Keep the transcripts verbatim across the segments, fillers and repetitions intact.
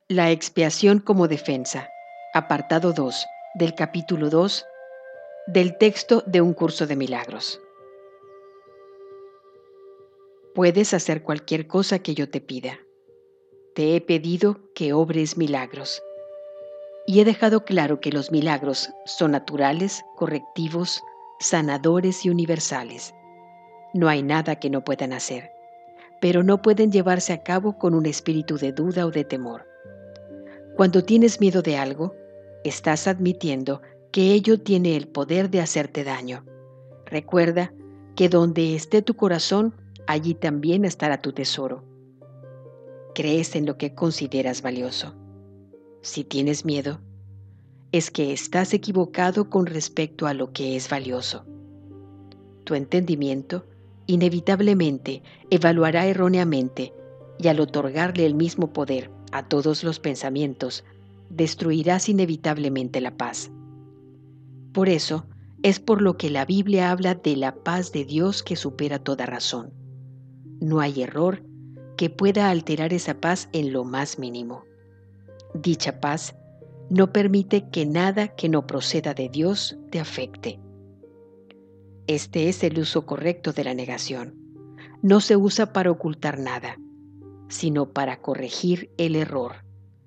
La expiación como defensa. Apartado dos del capítulo dos del texto de Un curso de milagros. Puedes hacer cualquier cosa que yo te pida. Te he pedido que obres milagros. Y he dejado claro que los milagros son naturales, correctivos, sanadores y universales. No hay nada que no puedan hacer, pero no pueden llevarse a cabo con un espíritu de duda o de temor. Cuando tienes miedo de algo, estás admitiendo que ello tiene el poder de hacerte daño. Recuerda que donde esté tu corazón, allí también estará tu tesoro. Crees en lo que consideras valioso. Si tienes miedo, es que estás equivocado con respecto a lo que es valioso. Tu entendimiento inevitablemente evaluará erróneamente y al otorgarle el mismo poder a todos los pensamientos, destruirás inevitablemente la paz. Por eso es por lo que la Biblia habla de la paz de Dios que supera toda razón. No hay error que pueda alterar esa paz en lo más mínimo. Dicha paz no permite que nada que no proceda de Dios te afecte. Este es el uso correcto de la negación. No se usa para ocultar nada, sino para corregir el error.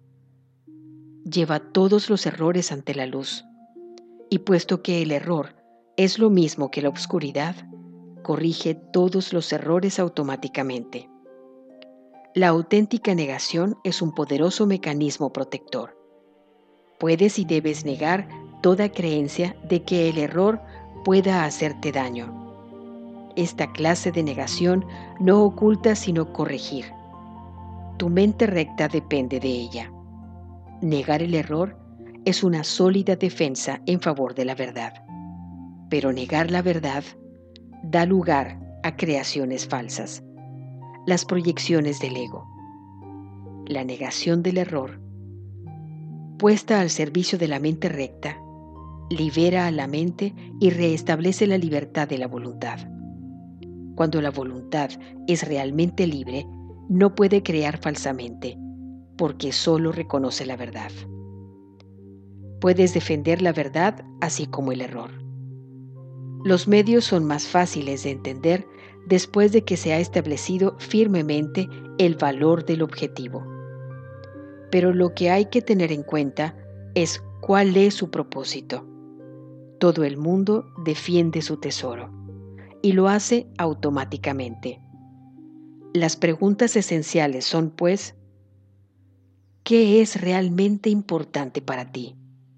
Lleva todos los errores ante la luz, y puesto que el error es lo mismo que la oscuridad, corrige todos los errores automáticamente. La auténtica negación es un poderoso mecanismo protector. Puedes y debes negar toda creencia de que el error pueda hacerte daño. Esta clase de negación no oculta sino corregir. Tu mente recta depende de ella. Negar el error es una sólida defensa en favor de la verdad. Pero negar la verdad da lugar a creaciones falsas, las proyecciones del ego. La negación del error, puesta al servicio de la mente recta, libera a la mente y reestablece la libertad de la voluntad. Cuando la voluntad es realmente libre, no puede crear falsamente, porque solo reconoce la verdad. Puedes defender la verdad así como el error. Los medios son más fáciles de entender después de que se ha establecido firmemente el valor del objetivo. Pero lo que hay que tener en cuenta es cuál es su propósito. Todo el mundo defiende su tesoro y lo hace automáticamente. Las preguntas esenciales son, pues, ¿qué es realmente importante para ti?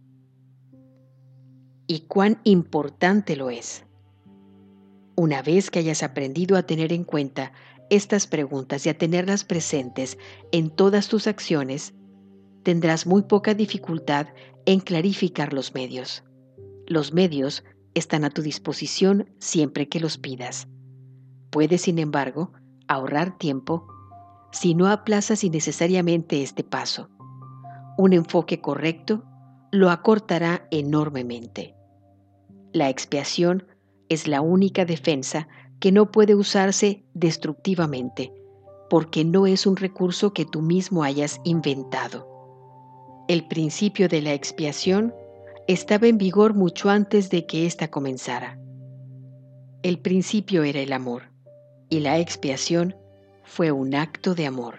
¿Y cuán importante lo es? Una vez que hayas aprendido a tener en cuenta estas preguntas y a tenerlas presentes en todas tus acciones, tendrás muy poca dificultad en clarificar los medios. Los medios están a tu disposición siempre que los pidas. Puedes, sin embargo, ahorrar tiempo si no aplazas innecesariamente este paso. Un enfoque correcto lo acortará enormemente. La expiación es la única defensa que no puede usarse destructivamente, porque no es un recurso que tú mismo hayas inventado. El principio de la expiación estaba en vigor mucho antes de que ésta comenzara. El principio era el amor, y la expiación fue un acto de amor.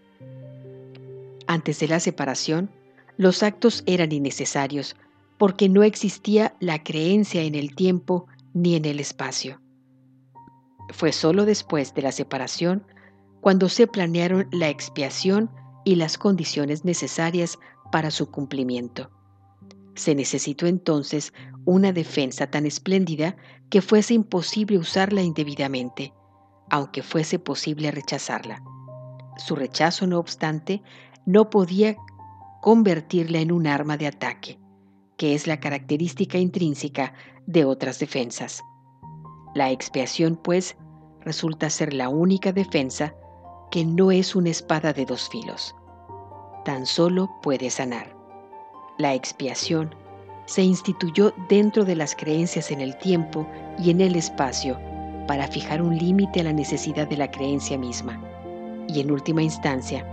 Antes de la separación, los actos eran innecesarios porque no existía la creencia en el tiempo ni en el espacio. Fue solo después de la separación cuando se planearon la expiación y las condiciones necesarias para su cumplimiento. Se necesitó entonces una defensa tan espléndida que fuese imposible usarla indebidamente, aunque fuese posible rechazarla. Su rechazo, no obstante, no podía convertirla en un arma de ataque, que es la característica intrínseca de otras defensas. La expiación, pues, resulta ser la única defensa que no es una espada de dos filos. Tan solo puede sanar. La expiación se instituyó dentro de las creencias en el tiempo y en el espacio para fijar un límite a la necesidad de la creencia misma y, en última instancia,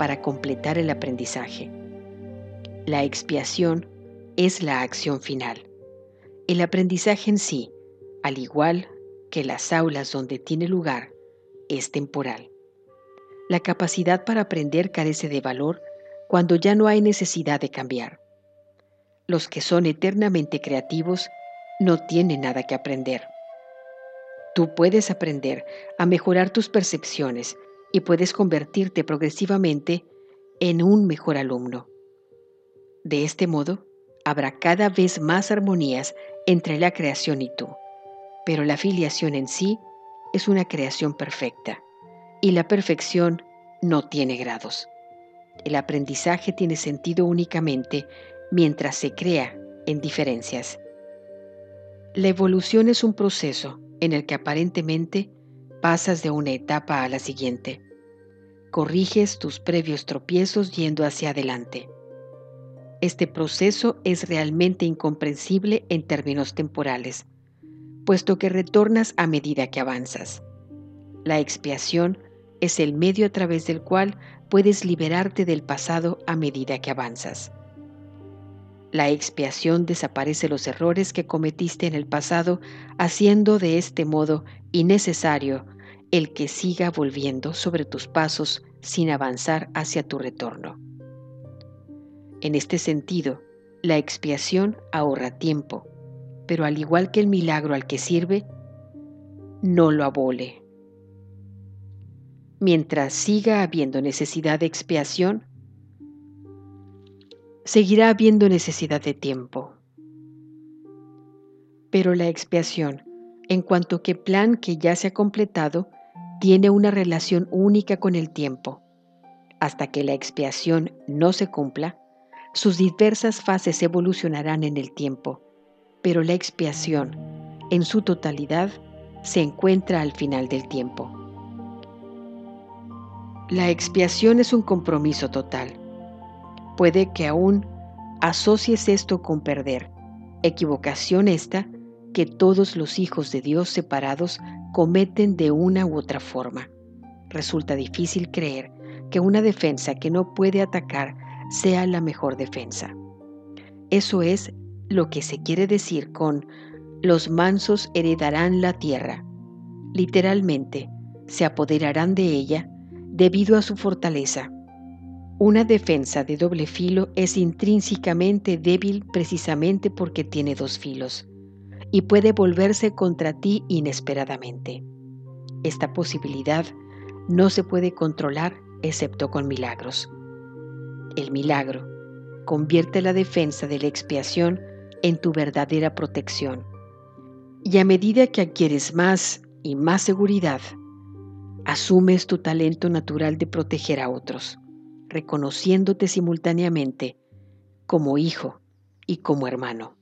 para completar el aprendizaje. La expiación es la acción final. El aprendizaje en sí, al igual que las aulas donde tiene lugar, es temporal. La capacidad para aprender carece de valor cuando ya no hay necesidad de cambiar. Los que son eternamente creativos no tienen nada que aprender. Tú puedes aprender a mejorar tus percepciones y puedes convertirte progresivamente en un mejor alumno. De este modo, habrá cada vez más armonías entre la creación y tú, pero la filiación en sí es una creación perfecta y la perfección no tiene grados. El aprendizaje tiene sentido únicamente mientras se crea en diferencias. La evolución es un proceso en el que aparentemente pasas de una etapa a la siguiente. Corriges tus previos tropiezos yendo hacia adelante. Este proceso es realmente incomprensible en términos temporales, puesto que retornas a medida que avanzas. La expiación es el medio a través del cual puedes liberarte del pasado a medida que avanzas. La expiación desaparece los errores que cometiste en el pasado, haciendo de este modo innecesario el que siga volviendo sobre tus pasos sin avanzar hacia tu retorno. En este sentido, la expiación ahorra tiempo, pero al igual que el milagro al que sirve, no lo abole. Mientras siga habiendo necesidad de expiación, seguirá habiendo necesidad de tiempo. Pero la expiación, en cuanto que plan que ya se ha completado, tiene una relación única con el tiempo. Hasta que la expiación no se cumpla, sus diversas fases evolucionarán en el tiempo, pero la expiación, en su totalidad, se encuentra al final del tiempo. La expiación es un compromiso total. Puede que aún asocies esto con perder, equivocación esta que todos los hijos de Dios separados cometen de una u otra forma. Resulta difícil creer que una defensa que no puede atacar sea la mejor defensa. Eso es lo que se quiere decir con los mansos heredarán la tierra. Literalmente, se apoderarán de ella debido a su fortaleza. Una defensa de doble filo es intrínsecamente débil precisamente porque tiene dos filos y puede volverse contra ti inesperadamente. Esta posibilidad no se puede controlar excepto con milagros. El milagro convierte la defensa de la expiación en tu verdadera protección. Y a medida que adquieres más y más seguridad, asumes tu talento natural de proteger a otros, reconociéndote simultáneamente como hijo y como hermano.